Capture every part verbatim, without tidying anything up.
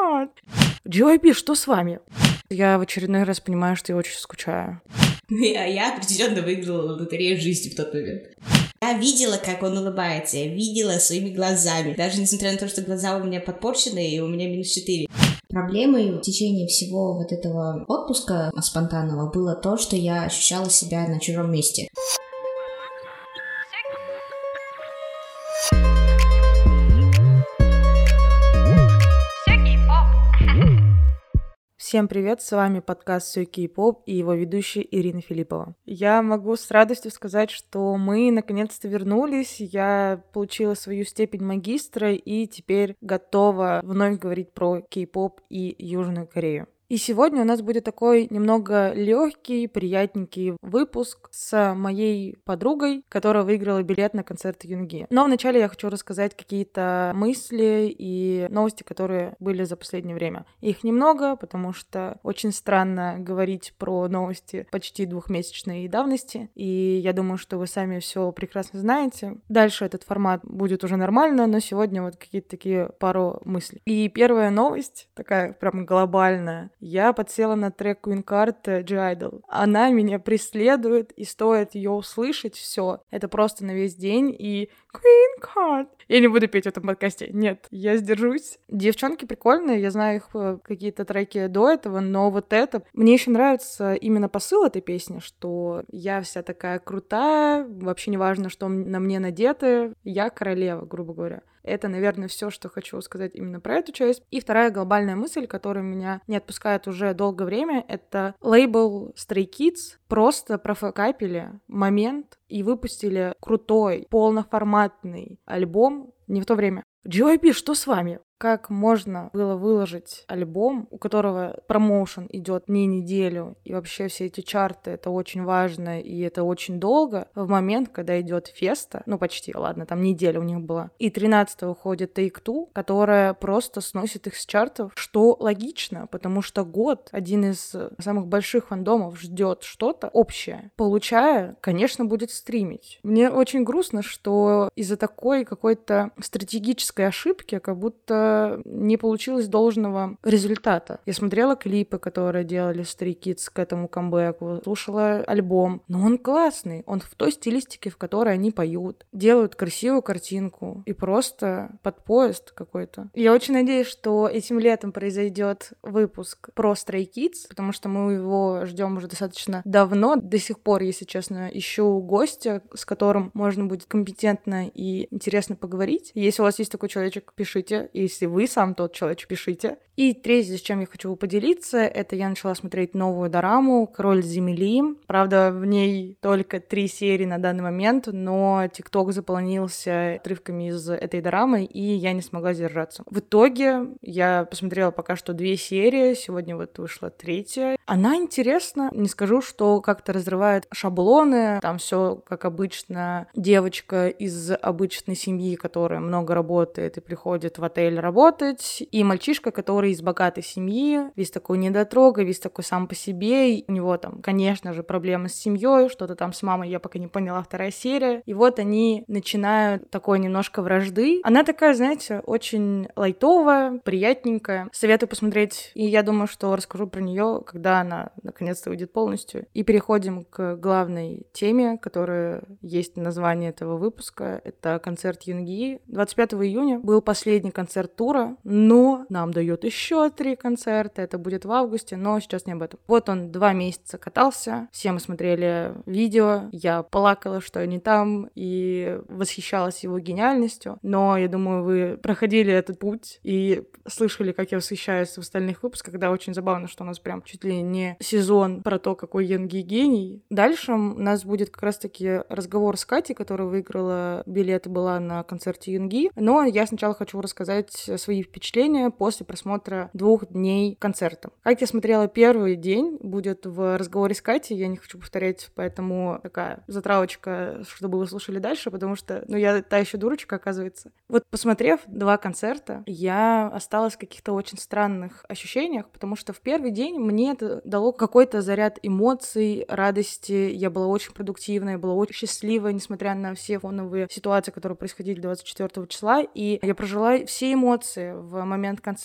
card. джи вай пи, что с вами? Я в очередной раз понимаю, что я очень скучаю. Я, я определенно выиграла лотерею жизни в тот момент. Я видела, как он улыбается, я видела своими глазами. Даже несмотря на то, что глаза у меня подпорчены, и у меня минус четыре. Проблемой в течение всего вот этого отпуска спонтанного было то, что я ощущала себя на чужом месте. Всем привет, с вами подкаст «Всё Кей-поп» и его ведущая Ирина Филиппова. Я могу с радостью сказать, что мы наконец-то вернулись, я получила свою степень магистра и теперь готова вновь говорить про кей-поп и Южную Корею. И сегодня у нас будет такой немного легкий, приятненький выпуск с моей подругой, которая выиграла билет на концерт Юнги. Но вначале я хочу рассказать какие-то мысли и новости, которые были за последнее время. Их немного, потому что очень странно говорить про новости почти двухмесячной давности, и я думаю, что вы сами все прекрасно знаете. Дальше этот формат будет уже нормально, но сегодня вот какие-то такие пару мыслей. И первая новость, такая прям глобальная. Я подсела на трек Queen Card G-Idol. Она меня преследует, и стоит ее услышать, все. Это просто на весь день, и Queen Card. Я не буду петь в этом подкасте, нет, я сдержусь. Девчонки прикольные, я знаю их какие-то треки до этого, но вот это... Мне еще нравится именно посыл этой песни, что я вся такая крутая, вообще не важно, что на мне надето, я королева, грубо говоря. Это, наверное, все, что хочу сказать именно про эту часть. И вторая глобальная мысль, которая меня не отпускает уже долгое время, это лейбл Stray Kids просто профокапили момент и выпустили крутой, полноформатный альбом не в то время. джи вай пи, что с вами? Как можно было выложить альбом, у которого промоушен идет не неделю, и вообще все эти чарты, это очень важно, и это очень долго, в момент, когда идет феста, ну почти, ладно, там неделя у них была, и тринадцатого уходит Take Two, которая просто сносит их с чартов, что логично, потому что год один из самых больших фандомов ждет что-то общее, получая, конечно, будет стримить. Мне очень грустно, что из-за такой какой-то стратегической ошибки, как будто не получилось должного результата. Я смотрела клипы, которые делали Stray Kids к этому камбэку, слушала альбом, но он классный, он в той стилистике, в которой они поют, делают красивую картинку и просто под поезд какой-то. Я очень надеюсь, что этим летом произойдет выпуск про Stray Kids, потому что мы его ждем уже достаточно давно. До сих пор, если честно, ищу гостя, с которым можно будет компетентно и интересно поговорить. Если у вас есть такой человечек, пишите. Если вы сам тот человек, пишите. И третье, с чем я хочу поделиться, это я начала смотреть новую дораму «Король земли». Правда, в ней только три серии на данный момент, но ТикТок заполнился отрывками из этой дорамы, и я не смогла сдержаться. В итоге я посмотрела пока что две серии, сегодня вот вышла третья. Она интересна, не скажу, что как-то разрывает шаблоны, там все как обычно. Девочка из обычной семьи, которая много работает и приходит в отель работать, и мальчишка, который из богатой семьи, весь такой недотрога, весь такой сам по себе, и у него там, конечно же, проблемы с семьей, что-то там с мамой, я пока не поняла, вторая серия, и вот они начинают такой немножко вражды. Она такая, знаете, очень лайтовая, приятненькая. Советую посмотреть, и я думаю, что расскажу про нее, когда она наконец-то выйдет полностью. И переходим к главной теме, которая есть название этого выпуска. Это концерт Юнги. двадцать пятого июня был последний концерт тура, но нам дает еще три концерта. Это будет в августе, но сейчас не об этом. Вот он два месяца катался. Все мы смотрели видео. Я плакала, что они там, и восхищалась его гениальностью. Но я думаю, вы проходили этот путь и слышали, как я восхищаюсь в остальных выпусках. Да, очень забавно, что у нас прям чуть ли не сезон про то, какой Юнги гений. Дальше у нас будет как раз-таки разговор с Катей, которая выиграла билет и была на концерте Юнги. Но я сначала хочу рассказать свои впечатления после просмотра двух дней концерта. Как я смотрела первый день, будет в разговоре с Катей, я не хочу повторять, поэтому такая затравочка, чтобы вы слушали дальше, потому что, ну, я та еще дурочка, оказывается. Вот посмотрев два концерта, я осталась в каких-то очень странных ощущениях, потому что в первый день мне это дало какой-то заряд эмоций, радости, я была очень продуктивная, я была очень счастливая, несмотря на все фоновые ситуации, которые происходили двадцать четвёртого числа, и я прожила все эмоции в момент концерта,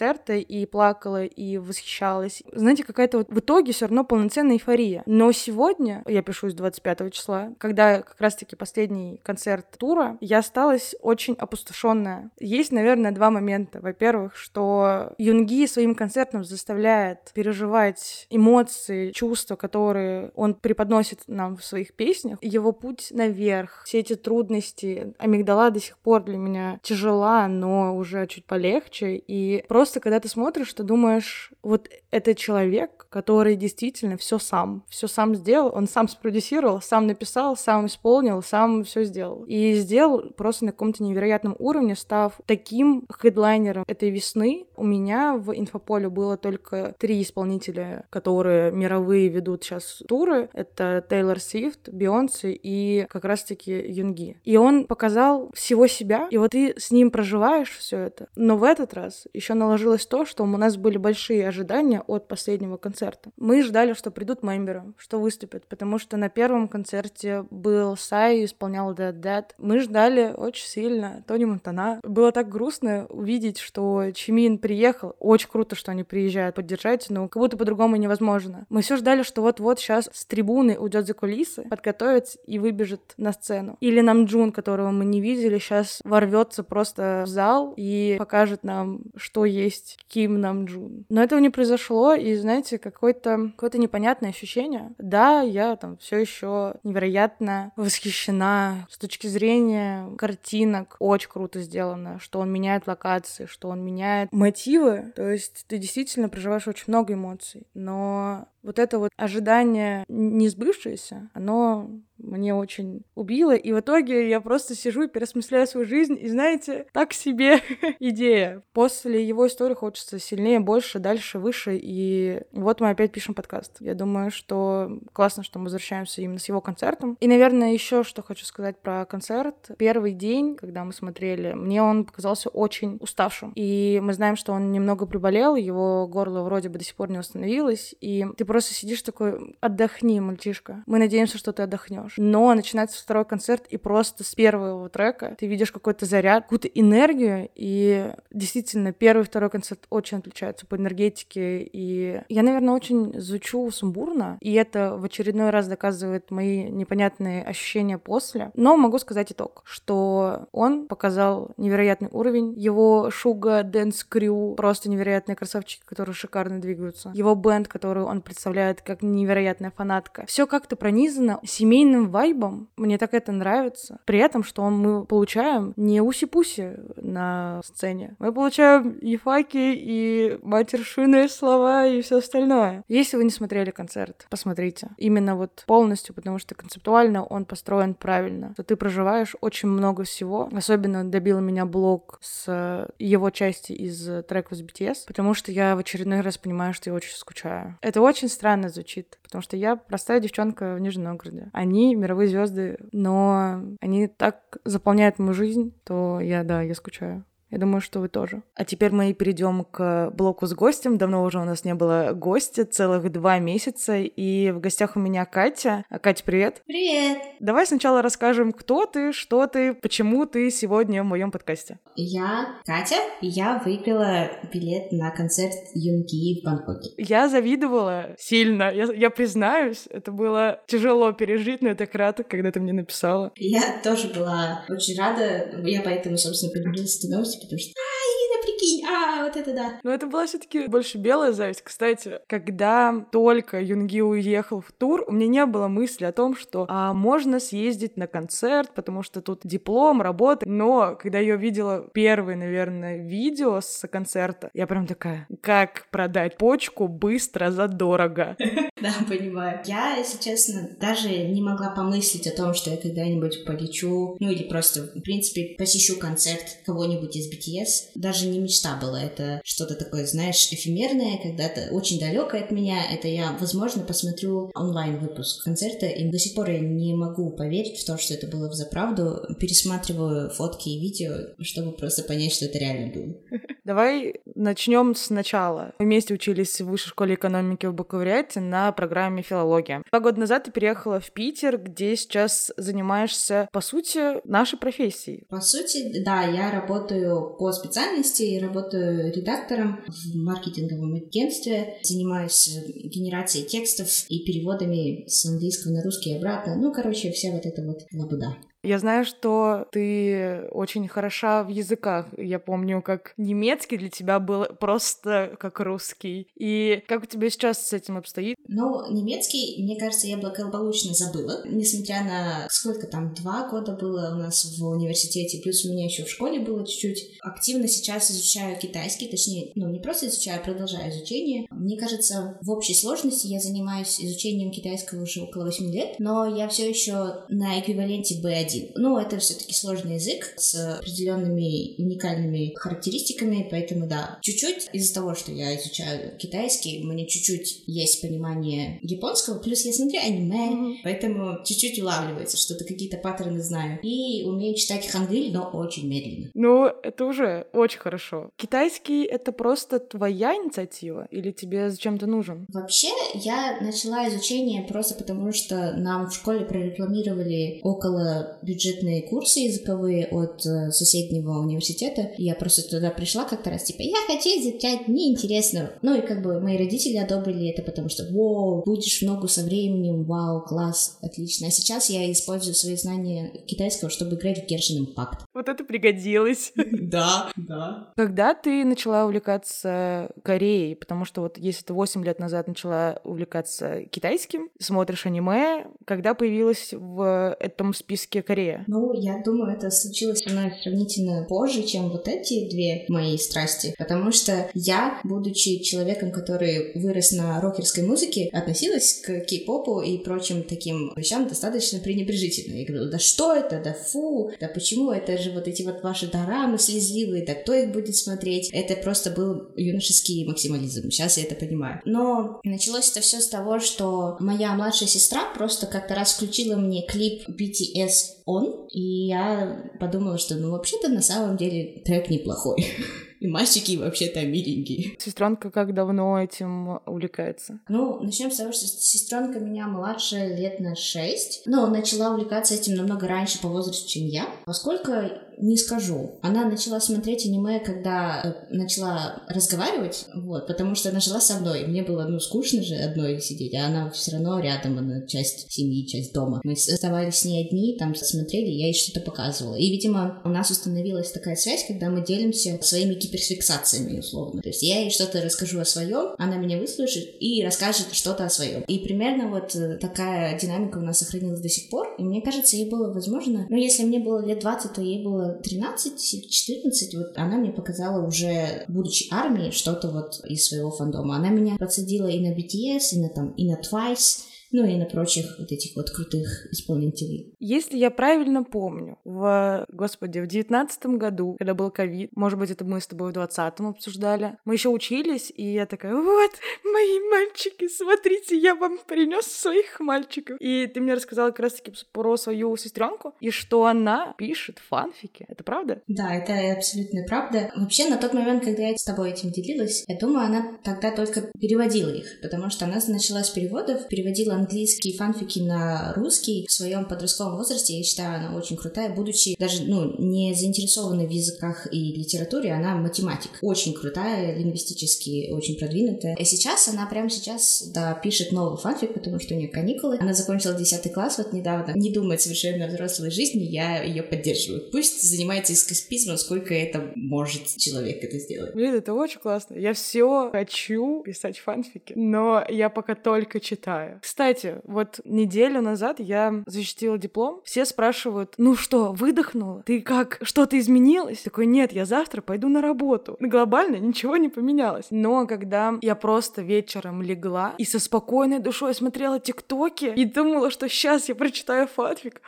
и плакала, и восхищалась. Знаете, какая-то вот в итоге все равно полноценная эйфория. Но сегодня, я пишу с двадцать пятого числа, когда как раз-таки последний концерт тура, я осталась очень опустошенная. Есть, наверное, два момента. Во-первых, что Юнги своим концертом заставляет переживать эмоции, чувства, которые он преподносит нам в своих песнях. Его путь наверх, все эти трудности. Амигдала до сих пор для меня тяжела, но уже чуть полегче. И просто когда ты смотришь, ты думаешь, вот это человек, который действительно все сам, все сам сделал, он сам спродюсировал, сам написал, сам исполнил, сам все сделал. И сделал просто на каком-то невероятном уровне, став таким хедлайнером этой весны. У меня в инфополе было только три исполнителя, которые мировые ведут сейчас туры. Это Тейлор Свифт, Бейонсе и как раз-таки Юнги. И он показал всего себя, и вот ты с ним проживаешь все это. Но в этот раз еще наложилось то, что у нас были большие ожидания от последнего концерта. Мы ждали, что придут мемберы, что выступят, потому что на первом концерте был Сай, исполнял Dead Dead. Мы ждали очень сильно Тони Монтана. Было так грустно увидеть, что Чимин приехал. Очень круто, что они приезжают поддержать, но как будто по-другому невозможно. Мы все ждали, что вот-вот сейчас с трибуны уйдет за кулисы, подготовится и выбежит на сцену. Или Намджун, которого мы не видели, сейчас ворвется просто в зал и покажет нам, что есть Ким Намджун. Но этого не произошло, и, знаете, какое-то, какое-то непонятное ощущение. Да, я там все еще невероятно восхищена с точки зрения картинок. Очень круто сделано, что он меняет локации, что он меняет мотивы. То есть ты действительно проживаешь очень много эмоций. Но вот это вот ожидание не сбывшееся, оно мне очень убило. И в итоге я просто сижу и переосмысляю свою жизнь. И знаете, так себе идея. После его истории хочется сильнее, больше, дальше, выше. И вот мы опять пишем подкаст. Я думаю, что классно, что мы возвращаемся именно с его концертом. И, наверное, еще что хочу сказать про концерт. Первый день, когда мы смотрели, мне он показался очень уставшим. И мы знаем, что он немного приболел, его горло вроде бы до сих пор не восстановилось. И ты просто сидишь такой: отдохни, мальчишка. Мы надеемся, что ты отдохнешь. Но начинается второй концерт, и просто с первого трека ты видишь какой-то заряд, какую-то энергию, и действительно первый и второй концерт очень отличаются по энергетике, и я, наверное, очень звучу сумбурно, и это в очередной раз доказывает мои непонятные ощущения после. Но могу сказать итог, что он показал невероятный уровень, его Шуга Дэнс Крю просто невероятные красавчики, которые шикарно двигаются, его бэнд, который он представляет как невероятная фанатка. Все как-то пронизано семейным вайбом. Мне так это нравится. При этом, что мы получаем не уси-пуси на сцене. Мы получаем и факи, и матершинные слова, и все остальное. Если вы не смотрели концерт, посмотрите. Именно вот полностью, потому что концептуально он построен правильно. Что ты проживаешь очень много всего. Особенно добил меня блог с его части из треков с би ти эс, потому что я в очередной раз понимаю, что я очень скучаю. Это очень странно звучит, потому что я простая девчонка в Нижнем Новгороде. Они мировые звезды, но они так заполняют мою жизнь, то я, да, я скучаю. Я думаю, что вы тоже. А теперь мы перейдем к блоку с гостем. Давно уже у нас не было гостя, целых два месяца, и в гостях у меня Катя. Катя, привет. Привет. Давай сначала расскажем, кто ты, что ты, почему ты сегодня в моем подкасте. Я Катя, и я выиграла билет на концерт Юнги в Бангкоке. Я завидовала сильно, я, я признаюсь, это было тяжело пережить, но я так рада, когда ты мне написала. Я тоже была очень рада, я поэтому, собственно, поделилась этой новостью, потому что «А, Ирина, прикинь, а, вот это да». Но это была все-таки больше белая зависть. Кстати, когда только Юнги уехал в тур, у меня не было мысли о том, что а, можно съездить на концерт, потому что тут диплом, работа. Но когда я увидела первое, наверное, видео с концерта, я прям такая: как продать почку быстро, задорого. Да, понимаю. Я, если честно, даже не могла помыслить о том, что я когда-нибудь полечу, ну или просто, в принципе, посещу концерт кого-нибудь из би ти эс. Даже не мечта была. Это что-то такое, знаешь, эфемерное, когда-то очень далекое от меня. Это я, возможно, посмотрю онлайн-выпуск концерта, и до сих пор я не могу поверить в то, что это было взаправду. Пересматриваю фотки и видео, чтобы просто понять, что это реально было. Давай начнем сначала. Мы вместе учились в Высшей школе экономики в бакалавриате на программе филология. Два года назад ты переехала в Питер, где сейчас занимаешься, по сути, нашей профессией. По сути, да, я работаю по специальности, работаю редактором в маркетинговом агентстве, занимаюсь генерацией текстов и переводами с английского на русский и обратно. Ну, короче, вся вот эта вот лабуда. Я знаю, что ты очень хороша в языках. Я помню, как немецкий для тебя был просто как русский. И как у тебя сейчас с этим обстоит? Ну, немецкий, мне кажется, я благополучно забыла. Несмотря на сколько там, два года было у нас в университете, плюс у меня еще в школе было чуть-чуть. Активно сейчас изучаю китайский, точнее, ну, не просто изучаю, а продолжаю изучение. Мне кажется, в общей сложности я занимаюсь изучением китайского уже около восьми лет, но я все еще на эквиваленте би один. Ну, это все-таки сложный язык с определенными уникальными характеристиками, поэтому да, чуть-чуть из-за того, что я изучаю китайский, мне чуть-чуть есть понимание японского, плюс я смотрю аниме, mm-hmm. поэтому чуть-чуть улавливается, что-то какие-то паттерны знаю. И умею читать хангыль, но очень медленно. Ну, это уже очень хорошо. Китайский — это просто твоя инициатива или тебе зачем-то нужен? Вообще, я начала изучение просто потому, что нам в школе прорекламировали около бюджетные курсы языковые от э, соседнего университета. Я просто туда пришла как-то раз, типа, я хочу изучать, мне интересно. Ну и как бы мои родители одобрили это, потому что, вау, будешь в ногу со временем, вау, класс, отлично. А сейчас я использую свои знания китайского, чтобы играть в Genshin Impact. Вот это пригодилось. Да, да. Когда ты начала увлекаться Кореей? Потому что вот если ты восемь лет назад начала увлекаться китайским, смотришь аниме, когда появилась в этом списке Корея? Ну, я думаю, это случилось со мной сравнительно позже, чем вот эти две мои страсти, потому что я, будучи человеком, который вырос на рокерской музыке, относилась к кей-попу и прочим таким вещам достаточно пренебрежительно. Я говорила, да что это, да фу, да почему, это же вот эти вот ваши дорамы слезливые, да кто их будет смотреть? Это просто был юношеский максимализм, сейчас я это понимаю. Но началось это все с того, что моя младшая сестра просто как-то раз включила мне клип би ти эс «On», и я подумала, что ну вообще-то на самом деле трек неплохой. И мальчики вообще-то миленькие. Сестренка как давно этим увлекается? Ну, начнем с того, что сестренка меня младше лет на шесть, но начала увлекаться этим намного раньше по возрасту, чем я. Поскольку, не скажу, она начала смотреть аниме, когда э, начала разговаривать, вот, потому что она жила со мной. Мне было, ну, скучно же одной сидеть, а она все равно рядом, она часть семьи, часть дома. Мы оставались с ней одни, там смотрели, я ей что-то показывала. И, видимо, у нас установилась такая связь, когда мы делимся своими гиперфиксациями, условно. То есть я ей что-то расскажу о своем, она меня выслушает и расскажет что-то о своем. И примерно вот такая динамика у нас сохранилась до сих пор. И мне кажется, ей было возможно, ну, если мне было лет двадцать, то ей было тринадцать-четырнадцать. Вот она мне показала уже, будучи армией, что-то вот из своего фандома. Она меня подсадила и на би ти эс, и на там, и на Twice, ну и на прочих вот этих вот крутых исполнителей. Если я правильно помню, в, господи, в девятнадцатом году, когда был ковид, может быть, это мы с тобой в двадцатом обсуждали, мы еще учились, и я такая, вот, мои мальчики, смотрите, я вам принес своих мальчиков. И ты мне рассказала как раз-таки про свою сестренку, и что она пишет фанфики. Это правда? Да, это абсолютно правда. Вообще, на тот момент, когда я с тобой этим делилась, я думаю, она тогда только переводила их, потому что она начала с переводов, переводила английские фанфики на русский в своем подростковом возрасте. Я считаю, она очень крутая, будучи даже, ну, не заинтересованной в языках и литературе, она математик. Очень крутая, лингвистически очень продвинутая. И сейчас она прямо сейчас, да, пишет новый фанфик, потому что у нее каникулы. Она закончила десятый класс вот недавно. Не думает совершенно о взрослой жизни, я ее поддерживаю. Пусть занимается эскапизмом, сколько это может человек это сделать. Блин, это очень классно. Я все хочу писать фанфики, но я пока только читаю. Кстати, вот неделю назад я защитила диплом. Все спрашивают, ну что, выдохнула? Ты как? Что-то изменилось? Такой, нет, я завтра пойду на работу. Глобально ничего не поменялось. Но когда я просто вечером легла и со спокойной душой смотрела тиктоки и думала, что сейчас я прочитаю фанфик,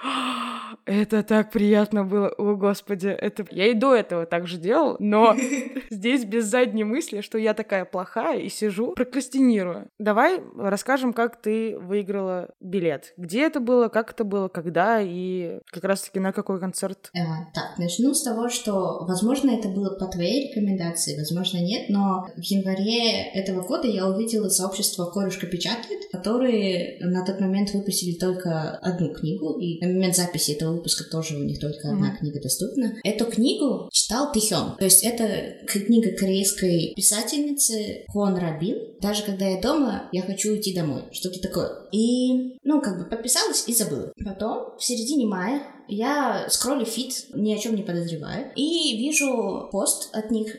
это так приятно было. О, господи, это... Я и до этого так же делала, но здесь без задней мысли, что я такая плохая и сижу, прокрастинирую. Давай расскажем, как ты выиграла билет. Где это было, как это было, когда и как раз-таки на какой концерт? Э, так, начну с того, что, возможно, это было по твоей рекомендации, возможно, нет, но в январе этого года я увидела сообщество «Корюшка печатает», которые на тот момент выпустили только одну книгу, и на момент записи этого выпуска тоже у них только mm-hmm. одна книга доступна. Эту книгу читал Тэхён, то есть это книга корейской писательницы Kwon Rabin. Даже когда я дома, я хочу уйти домой, что-то такое. И, ну, как бы подписалась и забыла. Потом, в середине мая, я скроллю фид, ни о чем не подозреваю, и вижу пост от них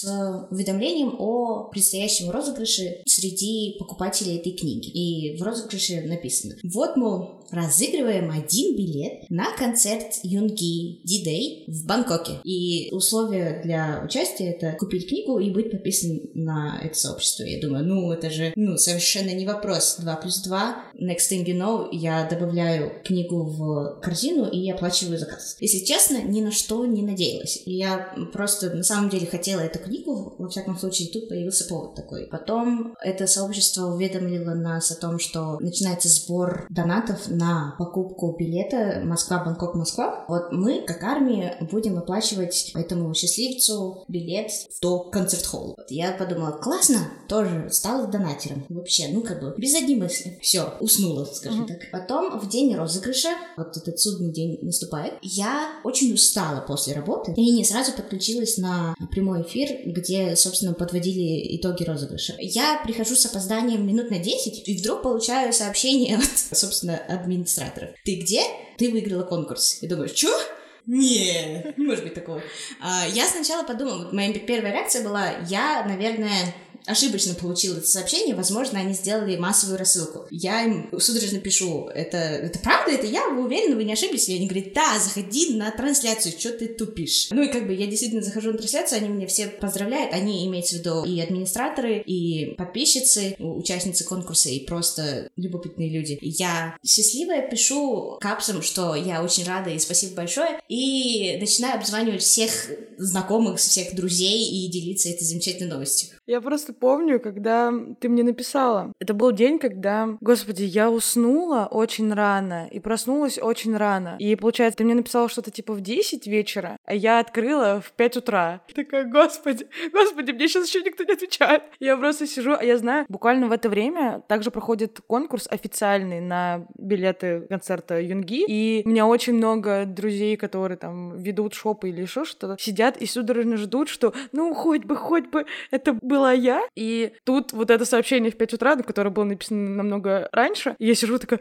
с уведомлением о предстоящем розыгрыше среди покупателей этой книги. И в розыгрыше написано: вот, мол, разыгрываем один билет на концерт Юнги D-Day в Бангкоке. И условия для участия — это купить книгу и быть подписан на это сообщество. Я думаю, ну, это же, ну, совершенно не вопрос. два плюс два. Next thing you know, я добавляю книгу в корзину, и я оплачиваю заказ. Если честно, ни на что не надеялась. Я просто на самом деле хотела эту книгу, во всяком случае, тут появился повод такой. Потом это сообщество уведомило нас о том, что начинается сбор донатов на покупку билета Москва-Бангкок-Москва. Вот мы, как армия, будем оплачивать этому счастливцу билет в то концерт-холл. Вот я подумала, классно, тоже стала донатером. Вообще, ну как бы, без одной мысли. Все, уснула, скажем mm-hmm. так. Потом, в день розыгрыша, вот этот судный день наступает, я очень устала после работы и не сразу подключилась на прямой эфир, где, собственно, подводили итоги розыгрыша. Я прихожу с опозданием минут на десять и вдруг получаю сообщение от, собственно, администраторов. Ты где? Ты выиграла конкурс. И думаешь, чё? Нет, не может быть такого. А, я сначала подумала, вот моя первая реакция была, я, наверное, ошибочно получила это сообщение, возможно, они сделали массовую рассылку. Я им судорожно пишу, это, это правда, это я, вы уверены, вы не ошиблись? И они говорят, да, заходи на трансляцию, что ты тупишь? Ну и как бы я действительно захожу на трансляцию, они меня все поздравляют, они, имеются в виду и администраторы, и подписчицы, участницы конкурса, и просто любопытные люди. Я счастливая, пишу капсам, что я очень рада и спасибо большое, и начинаю обзванивать всех знакомых, всех друзей и делиться этой замечательной новостью. Я просто помню, когда ты мне написала. Это был день, когда, господи, я уснула очень рано и проснулась очень рано. И, получается, ты мне написала что-то типа в десять вечера, а я открыла в пять утра. Такая, господи, господи, мне сейчас еще никто не отвечает. Я просто сижу, а я знаю, буквально в это время также проходит конкурс официальный на билеты концерта Юнги, и у меня очень много друзей, которые там ведут шопы или еще что-то, сидят и судорожно ждут, что ну хоть бы, хоть бы это была я. И тут вот это сообщение в пять утра, которое было написано намного раньше, и я сижу такая...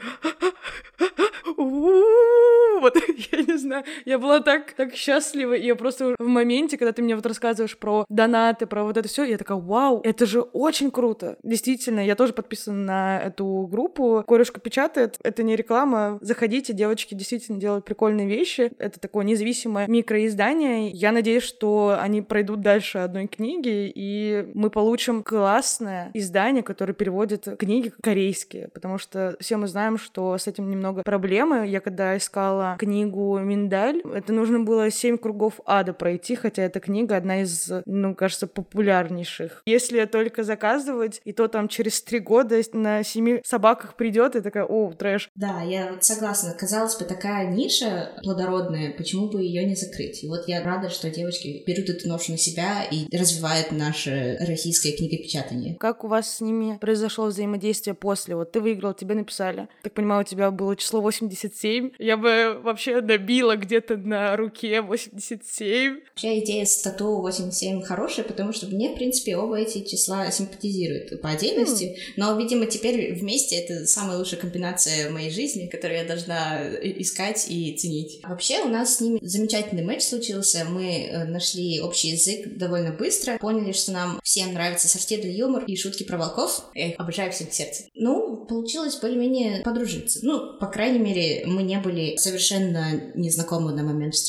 Вот, я не знаю, я была так, так счастлива, и я просто в моменте, когда ты мне вот рассказываешь про донаты, про вот это все, я такая, вау, это же очень круто. Действительно, я тоже подписана на эту группу. Корюшка печатает, это не реклама, заходите, девочки действительно делают прикольные вещи, это такое независимое микроиздание. Я надеюсь, что они пройдут дальше одной книги, и мы получим классное издание, которое переводит книги корейские, потому что все мы знаем, что с этим немного проблемы. Я когда искала книгу «Миндаль», это нужно было семь кругов ада пройти, хотя эта книга одна из, ну, кажется, популярнейших. Если только заказывать, и то там через три года на семи собаках придет, и такая, о, трэш. Да, я вот согласна. Казалось бы, такая ниша плодородная, почему бы ее не закрыть? И вот я рада, что девочки берут эту ношу на себя и развивают наше российское книгопечатание. Как у вас с ними произошло взаимодействие после? Вот ты выиграл, тебе написали. Так понимаю, у тебя было число восемьдесят семь. Я бы вообще набила где-то на руке восемьдесят семь. Вообще идея с тату восемьдесят семь хорошая, потому что мне, в принципе, оба эти числа симпатизируют по отдельности, mm. но, видимо, теперь вместе это самая лучшая комбинация в моей жизни, которую я должна искать и ценить. А вообще у нас с ними замечательный матч случился. Мы нашли общий язык довольно быстро, поняли, что нам всем нравится сортирный юмор и шутки про волков. Я их обожаю всем сердцем. Ну, получилось более-менее подружиться. Ну, по крайней мере, мы не были совершенно незнакомы на момент встречи.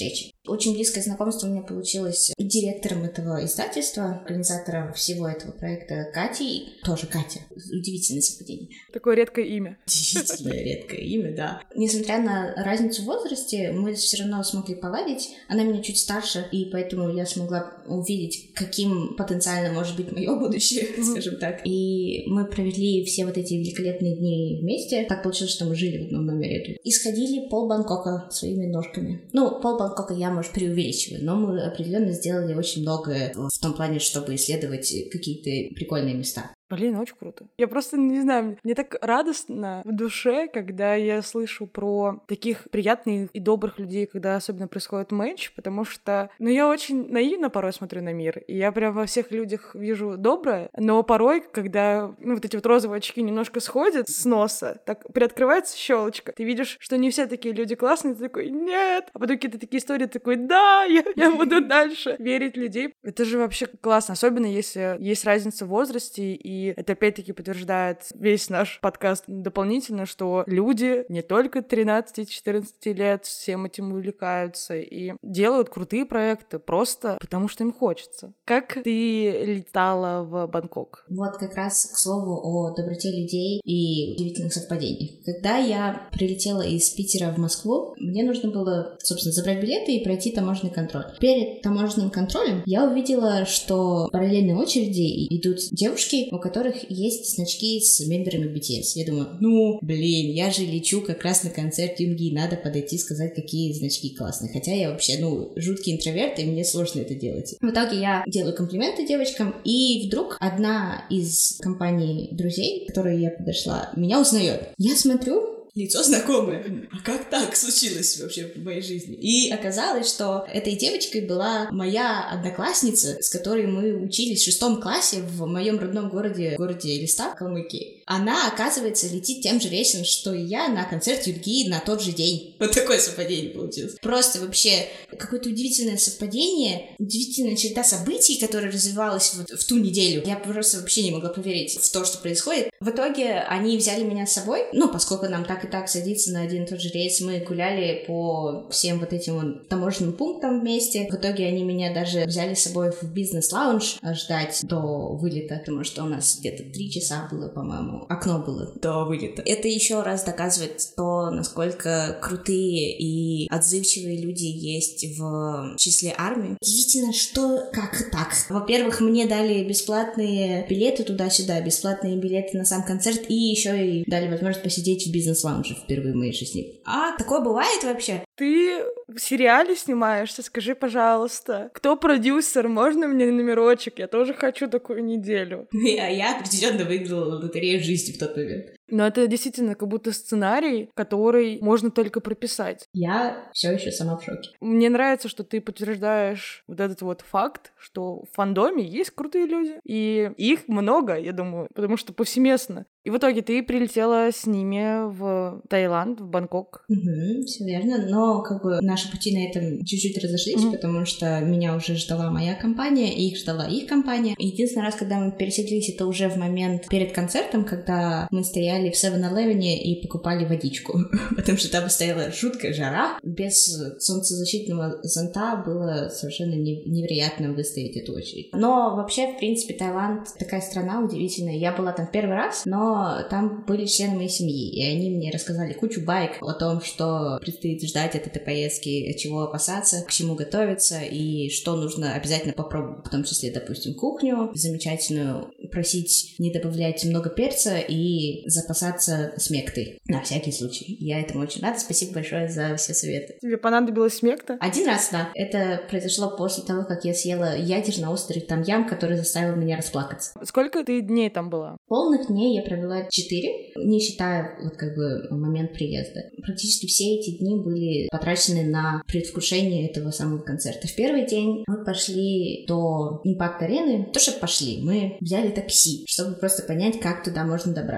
Очень близкое знакомство у меня получилось с директором этого издательства, организатором всего этого проекта Катей. Тоже Катя. Удивительное совпадение. Такое редкое имя. Действительно редкое имя, да. Несмотря на разницу в возрасте, мы все равно смогли поладить. Она меня чуть старше, и поэтому я смогла увидеть, каким потенциально может быть мое будущее, mm-hmm. скажем так. И мы провели все вот эти великолепные дни вместе. Так получилось, что мы жили в одном номере. И сходили пол Бангкока своими ножками. Ну, пол Бангкока я, может, преувеличиваю, но мы определенно сделали очень многое в том плане, чтобы исследовать какие-то прикольные места. Блин, очень круто. Я просто не знаю, мне так радостно в душе, когда я слышу про таких приятных и добрых людей, когда особенно происходит матч, потому что, ну, я очень наивно порой смотрю на мир, и я прям во всех людях вижу доброе, но порой, когда, ну, вот эти вот розовые очки немножко сходят с носа, так приоткрывается щелочка, ты видишь, что не все такие люди классные, ты такой, нет, а потом какие-то такие истории, ты такой, да, я, я буду дальше верить в людей. Это же вообще классно, особенно если есть разница в возрасте, и И это опять-таки подтверждает весь наш подкаст дополнительно, что люди не только тринадцати-четырнадцати лет всем этим увлекаются и делают крутые проекты просто потому, что им хочется. Как ты летала в Бангкок? Вот как раз к слову о доброте людей и удивительных совпадениях. Когда я прилетела из Питера в Москву, мне нужно было, собственно, забрать билеты и пройти таможенный контроль. Перед таможенным контролем я увидела, что в параллельной очереди идут девушки, у которых есть значки с мемберами би ти эс. Я думаю, ну, блин, я же лечу как раз на концерт Юнги, надо подойти и сказать, какие значки классные. Хотя я вообще, ну, жуткий интроверт, и мне сложно это делать. В итоге я делаю комплименты девочкам, и вдруг одна из компаний друзей, к которой я подошла, меня узнает. Я смотрю, лицо знакомое. А как так случилось вообще в моей жизни? И оказалось, что этой девочкой была моя одноклассница, с которой мы учились в шестом классе в моем родном городе, городе Элиста, Калмыкии. Она, оказывается, летит тем же рейсом, что и я, на концерт Юнги на тот же день. Вот такое совпадение получилось. Просто вообще какое-то удивительное совпадение, удивительная череда событий, которая развивалась вот в ту неделю. Я просто вообще не могла поверить в то, что происходит. В итоге они взяли меня с собой, ну, поскольку нам так и так садиться на один и тот же рейс, мы гуляли по всем вот этим вот таможенным пунктам вместе. В итоге они меня даже взяли с собой в бизнес-лаунж ждать до вылета, потому что у нас где-то три часа было, по-моему, окно было до вылета. Это еще раз доказывает то, насколько крутые и отзывчивые люди есть в числе армии. Удивительно, что как так. Во-первых, мне дали бесплатные билеты туда-сюда, бесплатные билеты на сам концерт, и еще и дали возможность посидеть в бизнес-лаунже впервые в моей жизни. А, такое бывает вообще? Ты в сериале снимаешься? Скажи, пожалуйста, кто продюсер? Можно мне номерочек? Я тоже хочу такую неделю. Я, я определенно выиграла лотерею жизни в тот момент. Но это действительно как будто сценарий, который можно только прописать. Я все еще сама в шоке. Мне нравится, что ты подтверждаешь вот этот вот факт, что в фандоме есть крутые люди, и их много, я думаю, потому что повсеместно. И в итоге ты прилетела с ними в Таиланд, в Бангкок. Угу, все верно, но как бы наши пути на этом чуть-чуть разошлись, mm-hmm. потому что меня уже ждала моя компания, и их ждала их компания. Единственный раз, когда мы пересеклись, это уже в момент перед концертом, когда мы стояли в севен элевен и покупали водичку, потому что там стояла жуткая жара. Без солнцезащитного зонта было совершенно невероятно выстоять эту очередь. Но вообще, в принципе, Таиланд такая страна удивительная. Я была там в первый раз, но там были члены моей семьи, и они мне рассказали кучу байк о том, что предстоит ждать от этой поездки, чего опасаться, к чему готовиться, и что нужно обязательно попробовать, в том числе, допустим, кухню замечательную, просить не добавлять много перца и запасаться смектой на всякий случай. Я этому очень рада, спасибо большое за все советы. Тебе понадобилась смекта? Один раз, да. Это произошло после того, как я съела ядерно-острый там-ям, который заставил меня расплакаться. Сколько ты дней там была? Полных дней я провела четыре, не считая вот как бы момент приезда. Практически все эти дни были потрачены на предвкушение этого самого концерта. В первый день мы пошли до Импакт-арены. То, что пошли, мы взяли такси, чтобы просто понять, как туда можно добраться.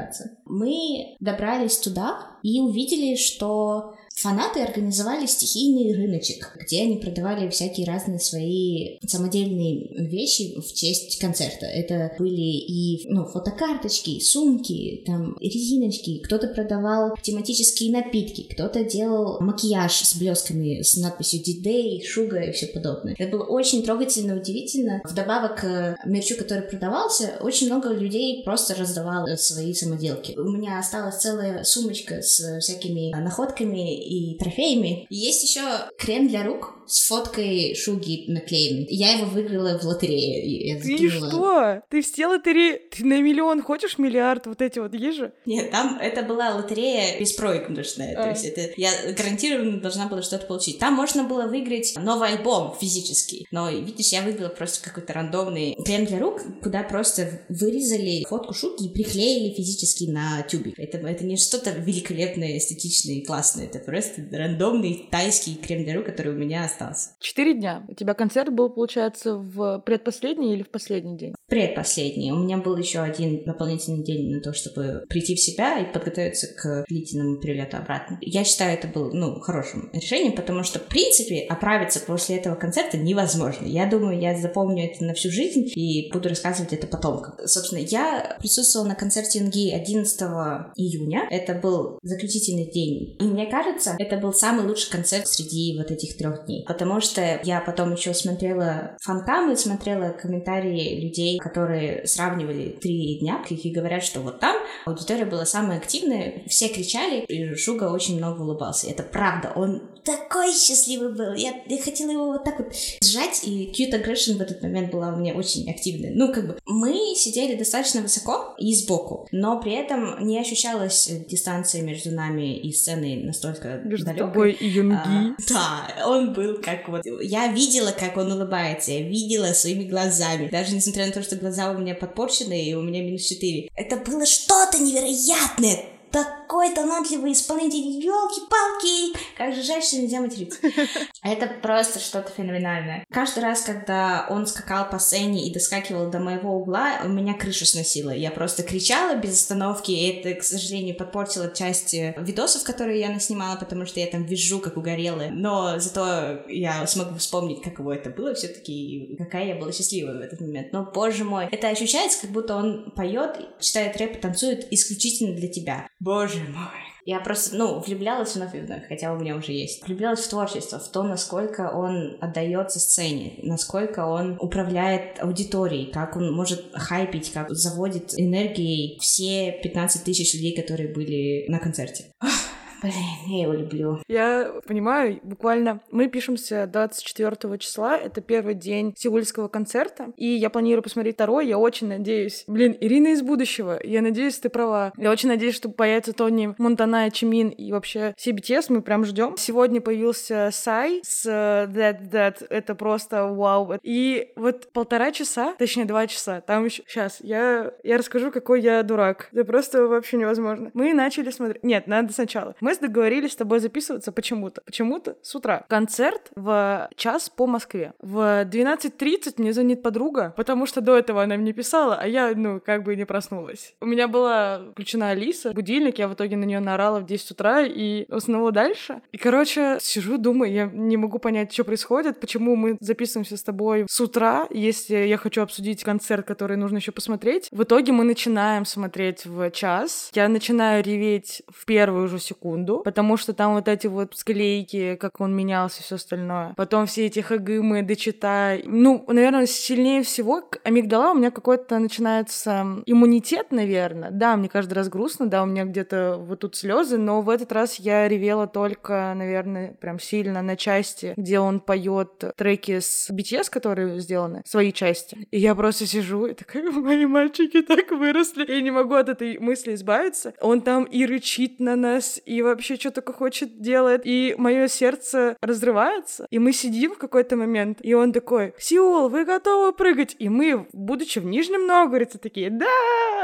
Мы добрались туда и увидели, что фанаты организовали стихийный рыночек, где они продавали всякие разные свои самодельные вещи в честь концерта. Это были и ну, фотокарточки, сумки, там резиночки. Кто-то продавал тематические напитки, кто-то делал макияж с блесками с надписью D-Day, Шуга и все подобное. Это было очень трогательно, удивительно. Вдобавок к мерчу, который продавался, очень много людей просто раздавало свои самоделки. У меня осталась целая сумочка с всякими находками и трофеями. Есть еще крем для рук с фоткой Шуги наклеенной. Я его выиграла в лотерее. Я Ты закинула... что? Ты все лотереи... Ты на миллион хочешь миллиард? Вот эти вот есть же? Нет, там это была лотерея беспроигрышная. А. То есть это я гарантированно должна была что-то получить. Там можно было выиграть новый альбом физический. Но, видишь, я выиграла просто какой-то рандомный крем для рук, куда просто вырезали фотку Шуги и приклеили физически на тюбик. Это, это не что-то великолепное, эстетичное и классное. Это просто рандомный тайский крем для рук, который у меня остался. Четыре дня. У тебя концерт был, получается, в предпоследний или в последний день? Предпоследний. У меня был еще один дополнительный день на то, чтобы прийти в себя и подготовиться к длительному перелету обратно. Я считаю, это было, ну, хорошим решением, потому что, в принципе, оправиться после этого концерта невозможно. Я думаю, я запомню это на всю жизнь и буду рассказывать это потомкам. Собственно, я присутствовала на концерте Юнги одиннадцатого июня. Это был заключительный день. И мне кажется, это был самый лучший концерт среди вот этих трех дней. Потому что я потом еще смотрела фанкамы, смотрела комментарии людей, которые сравнивали три дня, и говорят, что вот там аудитория была самая активная, все кричали, и Шуга очень много улыбался. Это правда, он такой счастливый был. Я, я хотела его вот так вот сжать, и Cute Aggression в этот момент была у меня очень активная. Ну, как бы, мы сидели достаточно высоко и сбоку, но при этом не ощущалась дистанция между нами и сценой настолько между далекой. тобой и Юнги. А, да, он был как вот... Я видела, как он улыбается, я видела своими глазами. Даже несмотря на то, что глаза у меня подпорчены, и у меня минус четыре. Это было что-то невероятное! Такой талантливый исполнитель, елки-палки! Как же жаль, что нельзя материться. Это просто что-то феноменальное. Каждый раз, когда он скакал по сцене и доскакивал до моего угла, у меня крышу сносило. Я просто кричала без остановки, и это, к сожалению, подпортило часть видосов, которые я наснимала, потому что я там визжу, как угорелая. Но зато я смогу вспомнить, каково это было все-таки, и какая я была счастливая в этот момент. Но, боже мой, это ощущается, как будто он поет, читает рэп и танцует исключительно для тебя. Боже мой. Я просто, ну, влюблялась вновь и вновь, хотя у меня уже есть. Влюблялась в творчество, в то, насколько он отдается сцене, насколько он управляет аудиторией, как он может хайпить, как заводит энергией все пятнадцать тысяч людей, которые были на концерте. Блин, я его люблю. Я понимаю, буквально мы пишемся двадцать четвёртого числа, это первый день сеульского концерта, и я планирую посмотреть второй, я очень надеюсь. Блин, Ирина из будущего, я надеюсь, ты права. Я очень надеюсь, что появится Тони Монтана, Чимин и вообще все би ти эс, мы прям ждем. Сегодня появился Сай с That That, это просто вау. И вот полтора часа, точнее два часа, там еще... Сейчас, я, я расскажу, какой я дурак. Это просто вообще невозможно. Мы начали смотреть... Нет, надо сначала. Мы договорились с тобой записываться почему-то. Почему-то с утра. Концерт в час по Москве. В двенадцать тридцать мне звонит подруга, потому что до этого она мне писала, а я, ну, как бы не проснулась. У меня была включена Алиса, будильник, я в итоге на нее наорала в десять утра и уснула дальше. И, короче, сижу, думаю, я не могу понять, что происходит, почему мы записываемся с тобой с утра, если я хочу обсудить концерт, который нужно еще посмотреть. В итоге мы начинаем смотреть в час. Я начинаю реветь в первую же секунду, потому что там вот эти вот склейки, как он менялся и все остальное. Потом все эти хагымы, дочитай. Ну, наверное, сильнее всего амигдала у меня какой-то начинается иммунитет, наверное. Да, мне каждый раз грустно, да, у меня где-то вот тут слезы, но в этот раз я ревела только, наверное, прям сильно на части, где он поет треки с би ти эс, которые сделаны, свои части. И я просто сижу и такая, мои мальчики так выросли. Я не могу от этой мысли избавиться. Он там и рычит на нас, и вообще что только хочет, делает. И мое сердце разрывается. И мы сидим в какой-то момент, и он такой: «Сеул, вы готовы прыгать?» И мы, будучи в Нижнем Новгороде, такие: «Да!»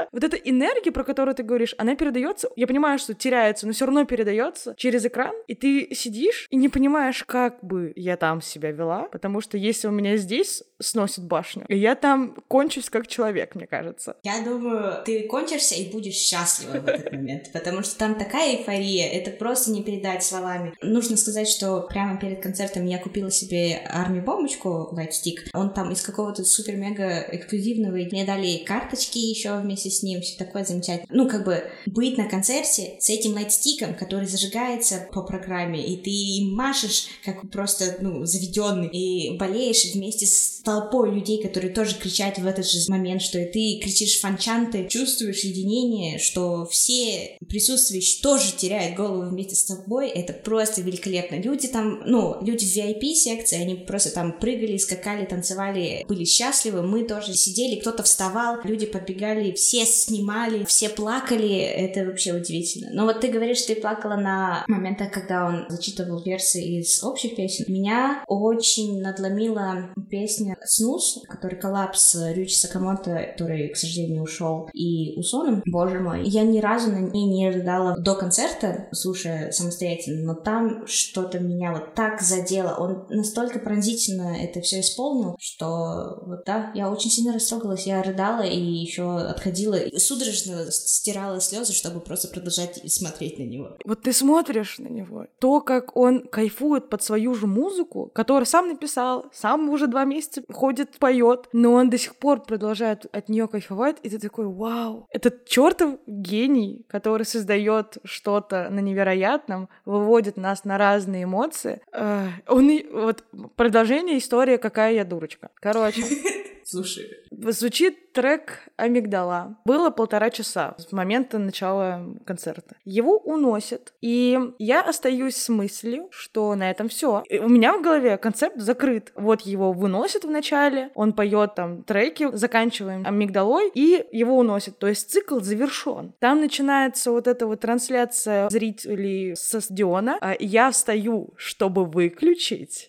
тогда вот эта энергия, про которую ты говоришь, она передается, я понимаю, что теряется, но все равно передается через экран, и ты сидишь и не понимаешь, как бы я там себя вела, потому что если у меня здесь сносит башню, я там кончусь как человек, мне кажется. Я думаю, ты кончишься и будешь счастлива в этот момент, потому что там такая эйфория, это просто не передать словами. Нужно сказать, что прямо перед концертом я купила себе арми-бомбочку Lightstick. Он там из какого-то супер-мега эксклюзивного, и мне дали карточки еще вместе с ним, все такое замечательно. Ну, как бы быть на концерте с этим лайтстиком, который зажигается по программе, и ты им машешь, как просто, ну, заведенный, и болеешь вместе с толпой людей, которые тоже кричат в этот же момент, что и ты кричишь фанчанты, чувствуешь единение, что все присутствующие тоже теряют голову вместе с тобой, это просто великолепно. Люди там, ну, люди в ви ай пи-секции, они просто там прыгали, скакали, танцевали, были счастливы, мы тоже сидели, кто-то вставал, люди подбегали, все снимали, все плакали, это вообще удивительно. Но вот ты говоришь, что ты плакала на моментах, когда он зачитывал версы из общих песен. Меня очень надломила песня «Снус», который коллапс Рючи Сакамото, который, к сожалению, ушел, и Усоном. Боже мой, я ни разу на ней не рыдала до концерта, слушая самостоятельно, но там что-то меня вот так задело. Он настолько пронзительно это все исполнил, что вот да, я очень сильно растрогалась, я рыдала и еще отходила, и судорожно стирала слезы, чтобы просто продолжать смотреть на него. Вот ты смотришь на него, то, как он кайфует под свою же музыку, которую сам написал, сам уже два месяца ходит, поет, но он до сих пор продолжает от нее кайфовать, и ты такой: вау, этот чертов гений, который создает что-то на невероятном, выводит нас на разные эмоции. Э, он и вот продолжение истории «Какая я дурочка». Короче. Слушай. Звучит трек «Амигдала». Было полтора часа с момента начала концерта. Его уносят, и я остаюсь с мыслью, что на этом все. У меня в голове концепт закрыт. Вот его выносят в начале, он поет там треки, заканчиваем «Амигдалой», и его уносят. То есть цикл завершен. Там начинается вот эта вот трансляция зрителей со стадиона. Я встаю, чтобы выключить.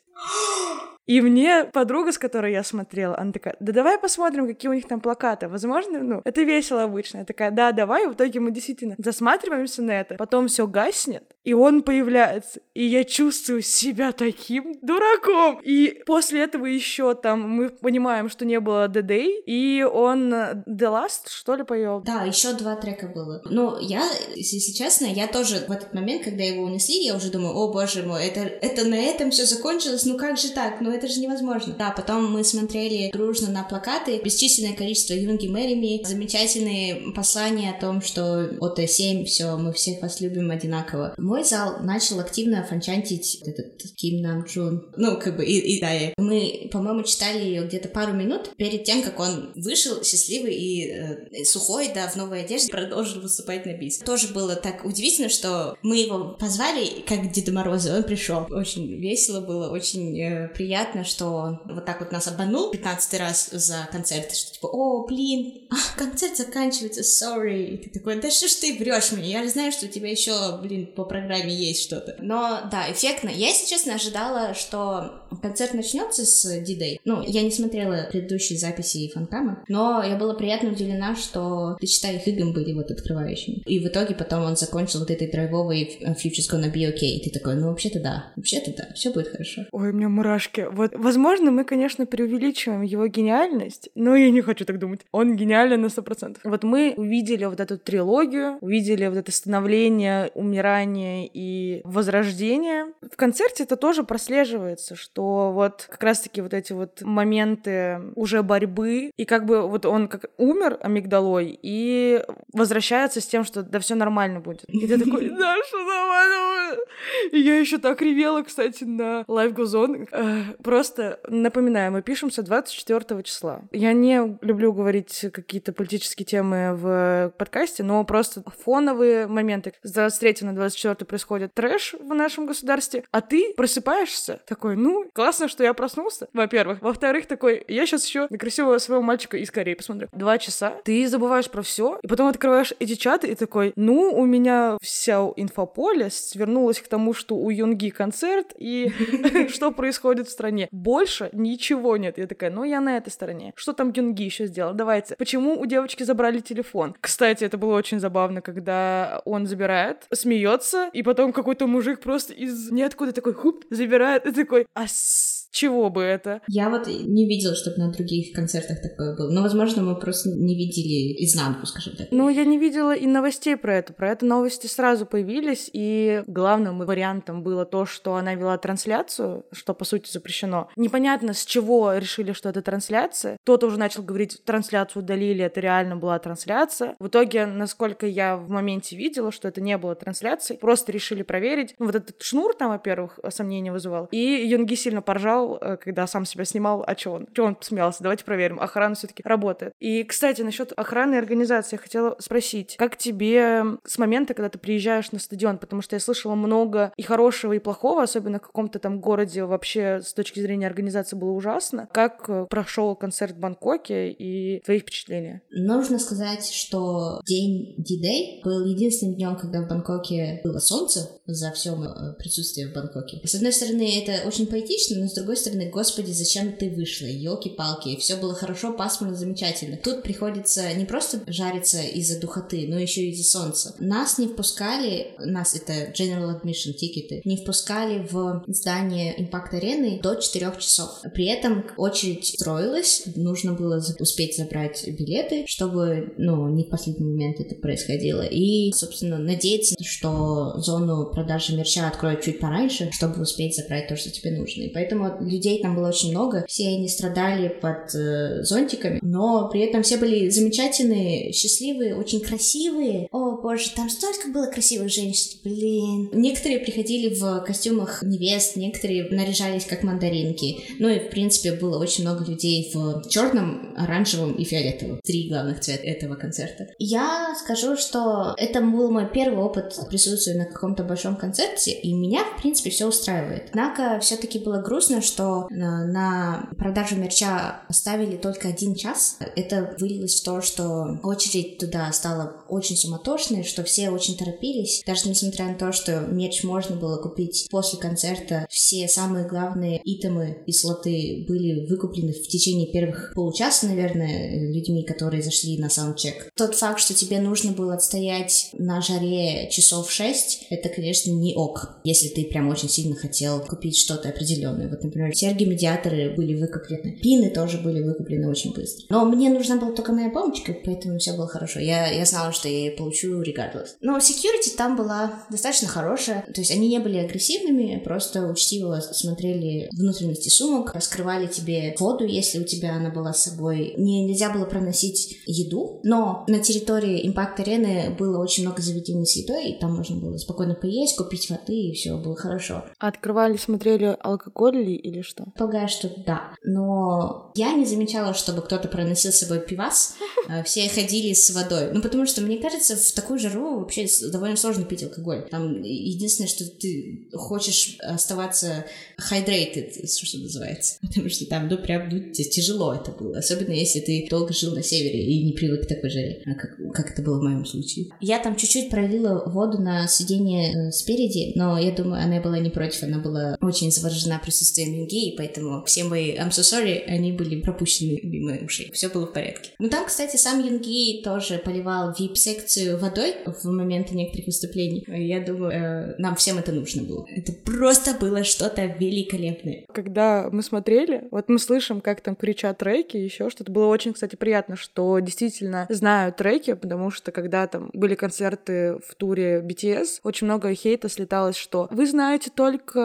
И мне подруга, с которой я смотрела, она такая: да давай посмотрим, какие у них там плакаты. Возможно, ну, это весело обычно. Я такая: да, давай. И в итоге мы действительно засматриваемся на это. Потом все гаснет, и он появляется. И я чувствую себя таким дураком. И после этого еще там мы понимаем, что не было The Day, и он The Last, что ли, поел. Да, еще два трека было. Ну, я, если честно, я тоже в этот момент, когда его унесли, я уже думаю: о боже мой, это, это на этом все закончилось, ну как же так? Ну это же невозможно. Да, потом мы смотрели дружно на плакаты, бесчисленное количество Юнги Мэрими, замечательные послания о том, что ОТ семь, все, мы всех вас любим одинаково. Мой зал начал активно фанчантить этот Ким Нам Чун. Ну, как бы, и, и да, мы, по-моему, читали ее где-то пару минут перед тем, как он вышел счастливый и э, сухой, да, в новой одежде, продолжил выступать на бис. Тоже было так удивительно, что мы его позвали, как Деда Мороза, он пришел. Очень весело было, очень э, приятно, что он вот так вот нас обманул пятнадцатый раз за концерт, что типа: о, блин, а, концерт заканчивается, sorry. И ты такой: да что ж ты врешь мне, я же знаю, что у тебя еще, блин, по программе есть что-то. Но да, эффектно. Я, если честно, ожидала, что концерт начнется с D-Day. Ну, я не смотрела предыдущие записи фанкама, но я была приятно удивлена, что почти их игры были вот открывающими. И в итоге потом он закончил вот этой драйвовой Future's Gonna Be Okay. И ты такой: ну, вообще-то да, вообще-то да, все будет хорошо. Ой, у меня мурашки. Вот, возможно, мы, конечно, преувеличиваем его гениальность, но я не хочу так думать. Он гениален на сто процентов. Вот мы увидели вот эту трилогию, увидели вот это становление, умирание и возрождение. В концерте это тоже прослеживается, что вот как раз-таки вот эти вот моменты уже борьбы, и как бы вот он как умер амигдалой и возвращается с тем, что да все нормально будет. И ты такой: да, что нормально будет? И я еще так ревела, кстати, на Life Goes On. Просто напоминаю, мы пишемся двадцать четвёртого числа. Я не люблю говорить какие-то политические темы в подкасте, но просто фоновые моменты. С двадцать третьего на двадцать четвёртое какой-то происходит трэш в нашем государстве, а ты просыпаешься такой, ну, классно, что я проснулся, во-первых. Во-вторых, такой, я сейчас еще на красивого своего мальчика из Кореи посмотрю. Два часа, ты забываешь про все, и потом открываешь эти чаты и такой, ну, у меня вся инфополе свернулась к тому, что у Юнги концерт, и что происходит в стране. Больше ничего нет. Я такая, ну, я на этой стороне. Что там Юнги еще сделал? Давайте. Почему у девочки забрали телефон? Кстати, это было очень забавно, когда он забирает, смеется, и потом какой-то мужик просто из ниоткуда такой хуп забирает, и такой, а с чего бы это? Я вот не видела, чтобы на других концертах такое было. Но, возможно, мы просто не видели изнанку, скажем так. Ну, я не видела и новостей про это. Про это новости сразу появились, и главным вариантом было то, что она вела трансляцию, что, по сути, запрещено. Непонятно, с чего решили, что это трансляция. Кто-то уже начал говорить, трансляцию удалили, это реально была трансляция. В итоге, насколько я в моменте видела, что это не было трансляцией, просто решили проверить. Ну, вот этот шнур там, во-первых, сомнения вызывал. И Юнги сильно поржал, когда сам себя снимал, а чё он? Чё он посмеялся? Давайте проверим. Охрана все-таки работает. И, кстати, насчет охраны и организации я хотела спросить, как тебе с момента, когда ты приезжаешь на стадион? Потому что я слышала много и хорошего, и плохого, особенно в каком-то там городе вообще с точки зрения организации было ужасно. Как прошел концерт в Бангкоке и твои впечатления? Нужно сказать, что день D-Day был единственным днем, когда в Бангкоке было солнце за все присутствие в Бангкоке. С одной стороны, это очень поэтично, но с другой стороны, господи, зачем ты вышла? Ёлки-палки, все было хорошо, пасмурно, замечательно. Тут приходится не просто жариться из-за духоты, но еще и из-за солнца. Нас не впускали, нас это General Admission тикеты, не впускали в здание Impact Arena до четырех часов. При этом очередь строилась, нужно было успеть забрать билеты, чтобы, ну, не в последний момент это происходило. И, собственно, надеяться, что зону продажи мерча откроют чуть пораньше, чтобы успеть забрать то, что тебе нужно. И поэтому людей там было очень много, все они страдали под э, зонтиками, но при этом все были замечательные, счастливые, очень красивые. О, боже, там столько было красивых женщин, блин. Некоторые приходили в костюмах невест, некоторые наряжались как мандаринки. Ну и, в принципе, было очень много людей в черном, оранжевом и фиолетовом. Три главных цвета этого концерта. Я скажу, что это был мой первый опыт присутствия на каком-то большом концерте, и меня, в принципе, все устраивает. Однако, все-таки было грустно, что на, на продажу мерча оставили только один час. Это вылилось в то, что очередь туда стала очень суматошной, что все очень торопились. Даже несмотря на то, что мерч можно было купить после концерта, все самые главные итемы и слоты были выкуплены в течение первых получаса, наверное, людьми, которые зашли на саундчек. Тот факт, что тебе нужно было отстоять на жаре часов шесть, это, конечно, не ок, если ты прям очень сильно хотел купить что-то определенное. Вот, например, серьги-медиаторы были выкуплены, пины тоже были выкуплены очень быстро. Но мне нужна была только моя помощка, поэтому все было хорошо. Я, я знала, что я ее получу regardless. Но security там была достаточно хорошая, то есть они не были агрессивными, просто учтиво смотрели внутренности сумок, раскрывали тебе воду, если у тебя она была с собой. Не, нельзя было проносить еду, но на территории Impact Arena было очень много заведений с едой, и там можно было спокойно поесть, купить воды, и все было хорошо. Открывали, смотрели, алкоголь ли или что? Полагаю, что да. Но я не замечала, чтобы кто-то проносил с собой пивас. Все ходили с водой. Ну, потому что, мне кажется, в такую жару вообще довольно сложно пить алкоголь. Там единственное, что ты хочешь оставаться hydrated, что называется. Потому что там, ну, прям ну, тяжело это было. Особенно, если ты долго жил на севере и не привык к такой жаре, как, как это было в моем случае. Я там чуть-чуть пролила воду на сиденье спереди, но я думаю, она была не против. Она была очень заворожена присутствием Юнги, и поэтому все мои I'm so sorry, они были пропущены мимо ушей. Все было в порядке. Ну, там, кстати, сам Юнги тоже поливал ви ай пи-секцию водой в моменты некоторых выступлений. Я думаю, э, нам всем это нужно было. Это просто было что-то великолепное. Когда мы смотрели, вот мы слышим, как там кричат треки, еще что-то. Было очень, кстати, приятно, что действительно знаю треки, потому что когда там были концерты в туре би ти эс, очень много хейта слеталось, что вы знаете только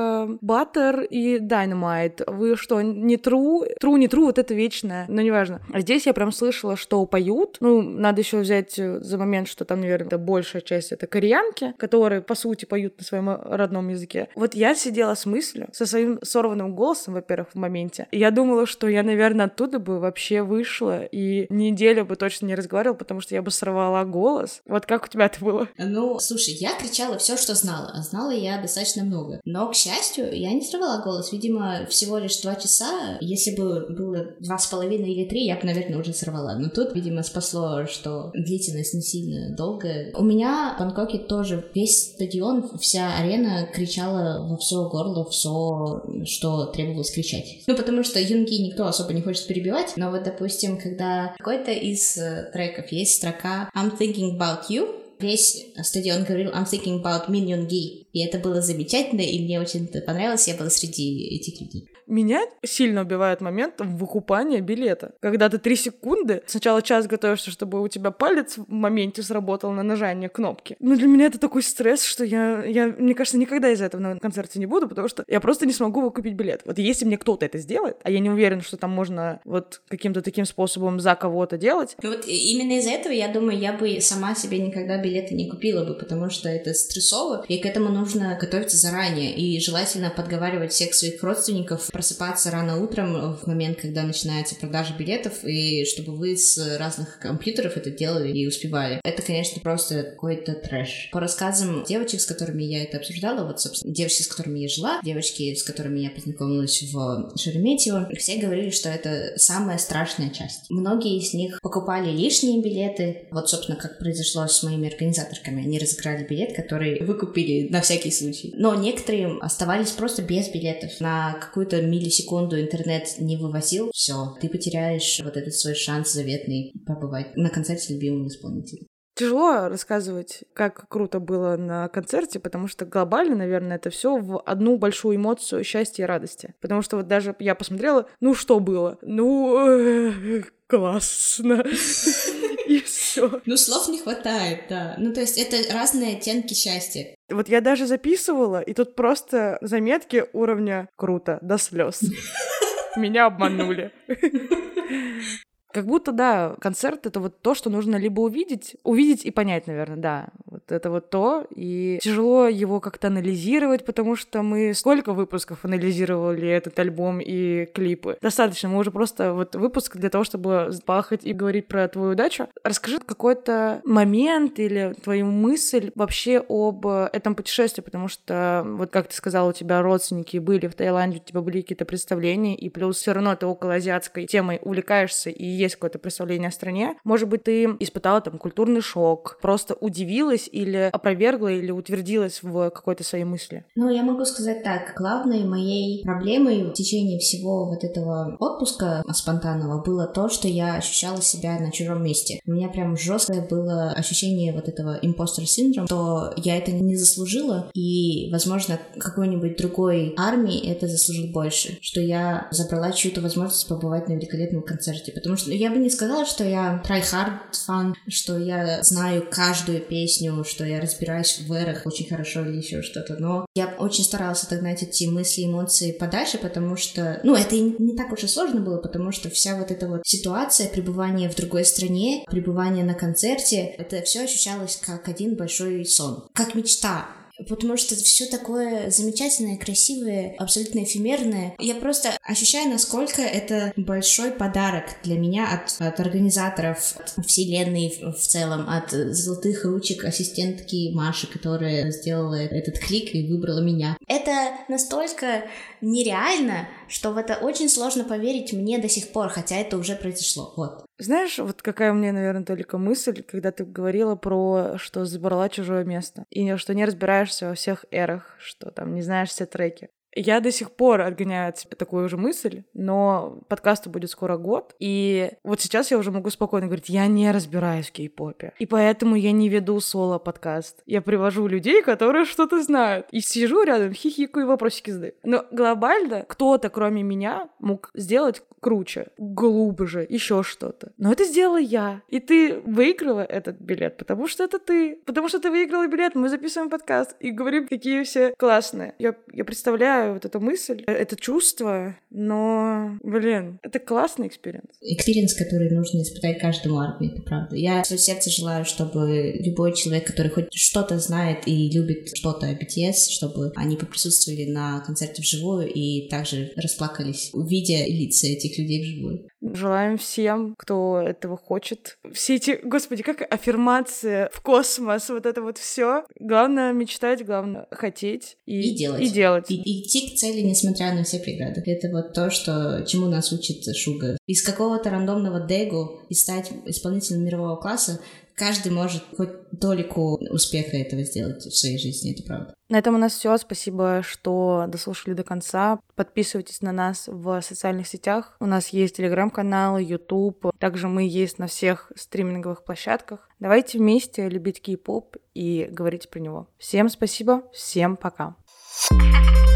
Butter и Dynamite. Вы что, не true? True, не true, вот это вечное, но неважно. А здесь я прям слышала, что поют. Ну, надо еще взять за момент, что там, наверное, большая часть — это кореянки, которые, по сути, поют на своем родном языке. Вот я сидела с мыслью, со своим сорванным голосом, во-первых, в моменте. И я думала, что я, наверное, оттуда бы вообще вышла и неделю бы точно не разговаривала, потому что я бы сорвала голос. Вот как у тебя это было? Ну, слушай, я кричала все, что знала, а знала я достаточно много. Но, к счастью, я не сорвала голос. Видимо, всего лишь два часа. Если бы было два с половиной или три, я бы, наверное, уже сорвала. Но тут, видимо, спасло, что длительность не сильно долгая. У меня в Бангкоке тоже весь стадион, вся арена кричала во все горло, все, что требовалось кричать. Ну, потому что Юнги никто особо не хочет перебивать. Но вот, допустим, когда какой-то из э, треков есть строка «I'm thinking about you», весь стадион говорил «I'm thinking about Min Yoon-gi». И это было замечательно, и мне очень это понравилось, я была среди этих людей. Меня сильно убивает момент выкупания билета. Когда ты три секунды, сначала час готовишься, чтобы у тебя палец в моменте сработал на нажание кнопки. Но для меня это такой стресс, что я, я мне кажется, никогда из-за этого на концерте не буду, потому что я просто не смогу выкупить билет. Вот если мне кто-то это сделает, а я не уверена, что там можно вот каким-то таким способом за кого-то делать. Ну вот именно из-за этого, я думаю, я бы сама себе никогда билеты не купила бы, потому что это стрессово, и к этому нужно готовиться заранее, и желательно подговаривать всех своих родственников просыпаться рано утром в момент, когда начинается продажа билетов, и чтобы вы с разных компьютеров это делали и успевали. Это, конечно, просто какой-то трэш. По рассказам девочек, с которыми я это обсуждала, вот, собственно, девочки, с которыми я жила, девочки, с которыми я познакомилась в Шереметьево, все говорили, что это самая страшная часть. Многие из них покупали лишние билеты. Вот, собственно, как произошло с моими организаторками. Они разыграли билет, который выкупили на всякий случай. Но некоторые оставались просто без билетов. На какую-то миллисекунду интернет не вывозил. Все, ты потеряешь вот этот свой шанс заветный побывать на концерте любимого исполнителя. Тяжело рассказывать, как круто было на концерте, потому что глобально, наверное, это все в одну большую эмоцию счастья и радости. Потому что вот даже я посмотрела, ну что было? Ну, классно. И все. Ну, слов не хватает, да. Ну, то есть это разные оттенки счастья. Вот я даже записывала, и тут просто заметки уровня «круто» до слез. Меня обманули. Как будто, да, концерт — это вот то, что нужно либо увидеть, увидеть и понять, наверное, да. Вот это вот то, и тяжело его как-то анализировать, потому что мы сколько выпусков анализировали этот альбом и клипы. Достаточно, мы уже просто вот выпуск для того, чтобы пахать и говорить про твою удачу. Расскажи какой-то момент или твою мысль вообще об этом путешествии, потому что, вот как ты сказала, у тебя родственники были в Таиланде, у тебя были какие-то представления, и плюс все равно ты около азиатской темой увлекаешься, и есть какое-то представление о стране. Может быть, ты испытала там культурный шок, просто удивилась или опровергла, или утвердилась в какой-то своей мысли? Ну, я могу сказать так. Главной моей проблемой в течение всего вот этого отпуска спонтанного было то, что я ощущала себя на чужом месте. У меня прям жесткое было ощущение вот этого импостер синдром, что я это не заслужила, и, возможно, какой-нибудь другой армии это заслужил больше, что я забрала чью-то возможность побывать на великолепном концерте, потому что я бы не сказала, что я try-hard fan, что я знаю каждую песню, что я разбираюсь в эрах очень хорошо или еще что-то, но я очень старалась отогнать эти мысли, эмоции подальше, потому что, ну, это и не так уж и сложно было, потому что вся вот эта вот ситуация, пребывание в другой стране, пребывание на концерте, это все ощущалось как один большой сон, как мечта. Потому что все такое замечательное, красивое, абсолютно эфемерное. Я просто ощущаю, насколько это большой подарок для меня от, от организаторов, от вселенной в, в целом, от золотых ручек ассистентки Маши, которая сделала этот клик и выбрала меня. Это настолько нереально, что в это очень сложно поверить мне до сих пор, хотя это уже произошло. Вот. Знаешь, вот какая у меня, наверное, только мысль, когда ты говорила про, что забрала чужое место, и что не разбираешься во всех эрах, что там не знаешь все треки. Я до сих пор отгоняю от себя такую же мысль, но подкасту будет скоро год, и вот сейчас я уже могу спокойно говорить, я не разбираюсь в кей-попе, и поэтому я не веду соло-подкаст. Я привожу людей, которые что-то знают, и сижу рядом, хихикаю и вопросики задаю. Но глобально кто-то, кроме меня, мог сделать круче, глубже, еще что-то. Но это сделала я. И ты выиграла этот билет, потому что это ты. Потому что ты выиграла билет, мы записываем подкаст и говорим, какие все классные. Я, я представляю разделяю вот эту мысль, это чувство, но, блин, это классный экспириенс. Экспириенс, который нужно испытать каждому армии, это правда. Я в своем сердце желаю, чтобы любой человек, который хоть что-то знает и любит что-то о би ти эс, чтобы они поприсутствовали на концерте вживую и также расплакались, увидя лица этих людей вживую. Желаем всем, кто этого хочет. Все эти, господи, как аффирмация в космос, вот это вот все. Главное мечтать, главное хотеть и, и делать. И, делать. И, и идти к цели, несмотря на все преграды. Это вот то, что, чему нас учит Шуга. Из какого-то рандомного дэгу и стать исполнителем мирового класса каждый может хоть толику успеха этого сделать в своей жизни, это правда. На этом у нас все. Спасибо, что дослушали до конца. Подписывайтесь на нас в социальных сетях. У нас есть телеграм-канал, YouTube. Также мы есть на всех стриминговых площадках. Давайте вместе любить кей-поп и говорить про него. Всем спасибо, всем пока.